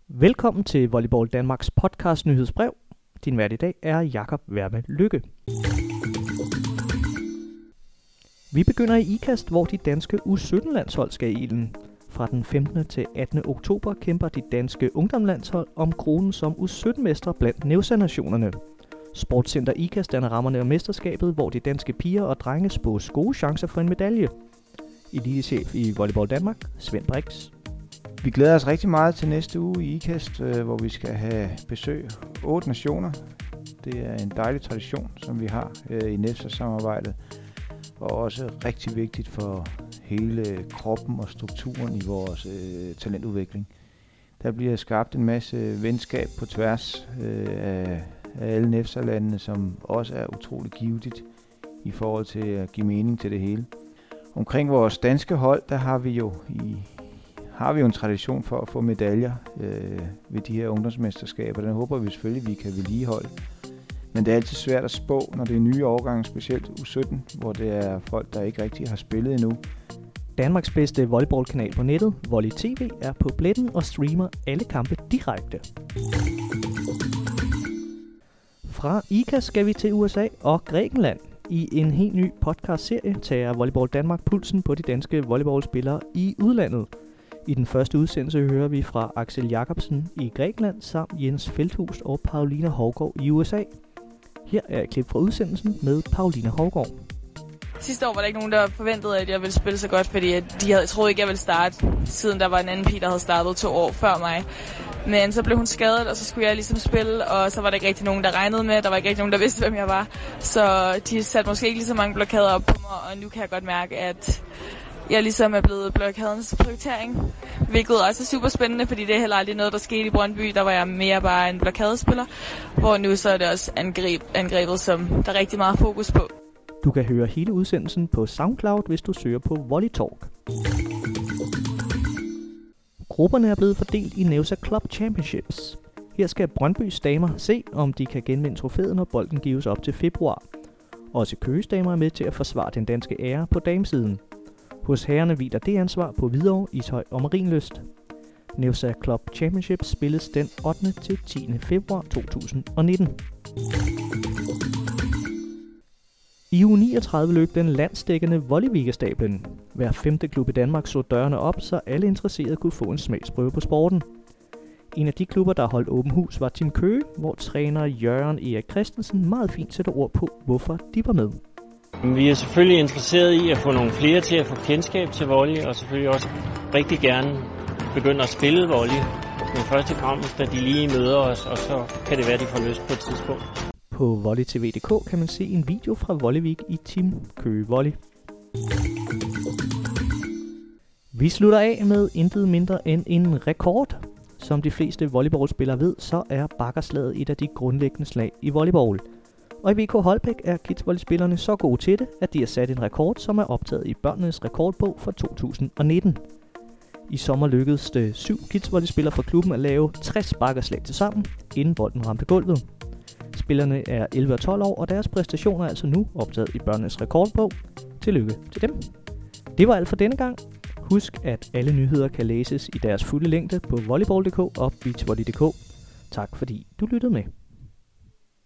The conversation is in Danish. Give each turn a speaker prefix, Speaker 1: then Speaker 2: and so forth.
Speaker 1: Velkommen til Volleyball Danmarks podcast nyhedsbrev. Din vært i dag er Jakob Werme Lykke. Vi begynder i IKAST, hvor de danske U17-landshold skal i ilden. Fra den 15. til 18. oktober kæmper de danske ungdomslandshold om kronen som U17-mestre blandt Nevsa-nationerne. Sportscenter IKAST danner rammerne om mesterskabet, hvor de danske piger og drenge spås gode chancer for en medalje. Elitechef i Volleyball Danmark, Svend Brix.
Speaker 2: Vi glæder os rigtig meget til næste uge i IKAST, hvor vi skal have besøg 8 nationer. Det er en dejlig tradition, som vi har i Nevsa-samarbejdet, og også rigtig vigtigt for hele kroppen og strukturen i vores talentudvikling. Der bliver skabt en masse venskab på tværs af alle Nevsa-landene, som også er utrolig givetigt i forhold til at give mening til det hele. Omkring vores danske hold, der har vi jo en tradition for at få medaljer ved de her ungdomsmesterskaber. Den håber vi selvfølgelig, vi kan vedligeholde. Men det er altid svært at spå, når det er nye årgange, specielt U17, hvor det er folk, der ikke rigtig har spillet endnu.
Speaker 1: Danmarks bedste volleyballkanal på nettet, Volley TV, er på pletten og streamer alle kampe direkte. Fra IKAST skal vi til USA og Grækenland. I en helt ny podcastserie tager Volleyball Danmark pulsen på de danske volleyballspillere i udlandet. I den første udsendelse hører vi fra Axel Jacobsen i Grækenland samt Jens Feldhus og Paulina Hovgaard i USA. Her er et klip fra udsendelsen med Paulina Hovgaard.
Speaker 3: Sidste år var der ikke nogen, der forventede, at jeg ville spille så godt, fordi de troede ikke, jeg ville starte, siden der var en anden pige, der havde startet 2 år før mig. Men så blev hun skadet, og så skulle jeg ligesom spille, og så var der ikke rigtig nogen, der regnede med. Der var ikke rigtig nogen, der vidste, hvem jeg var. Så de satte måske ikke lige så mange blokader op på mig, og nu kan jeg godt mærke, at jeg ligesom er blevet blokadens prioritering. Hvilket også er super spændende, fordi det er heller aldrig noget, der skete i Brøndby. Der var jeg mere bare en blokadespiller, hvor nu så er det også angrebet, som der er rigtig meget fokus på.
Speaker 1: Du kan høre hele udsendelsen på SoundCloud, hvis du søger på Volley Talk. Grupperne er blevet fordelt i Nevsa Club Championships. Her skal Brøndbys damer se, om de kan genvinde trofæet, når bolden gives op til februar. Også Køges damer er med til at forsvare den danske ære på damesiden. Hos herrerne hviler det ansvar på Hvidovre, Ishøj og Marienlyst. Nevsa Club Championships spilles den 8. til 10. februar 2019. I uge 39 løb den landsdækkende Volleyweek-stablen. Hver 5. klub i Danmark så dørene op, så alle interesserede kunne få en smagsprøve på sporten. En af de klubber, der holdt åben hus, var Team Køge, hvor træner Jørgen Erik Christensen meget fint sætter ord på, hvorfor de var med.
Speaker 4: Vi er selvfølgelig interesseret i at få nogle flere til at få kendskab til volley, og selvfølgelig også rigtig gerne begynde at spille volley. Men først og fremmest, at de lige møder os, og så kan det være, at de får lyst på et tidspunkt.
Speaker 1: På volleytv.dk kan man se en video fra Volleyweek i Team Køge Volley. Vi slutter af med intet mindre end en rekord. Som de fleste volleyballspillere ved, så er bakkerslaget et af de grundlæggende slag i volleyball. Og i VK Holbæk er kidsvolleyspillerne så gode til det, at de har sat en rekord, som er optaget i børnenes rekordbog for 2019. I sommer lykkedes det 7 kidsvolleyspillere fra klubben at lave 60 bakkerslag til sammen, inden bolden ramte gulvet. Spillerne er 11 og 12 år, og deres præstationer er altså nu optaget i børnenes rekordbog. Tillykke til dem. Det var alt for denne gang. Husk, at alle nyheder kan læses i deres fulde længde på volleyball.dk og beachvolley.dk. Tak fordi du lyttede med.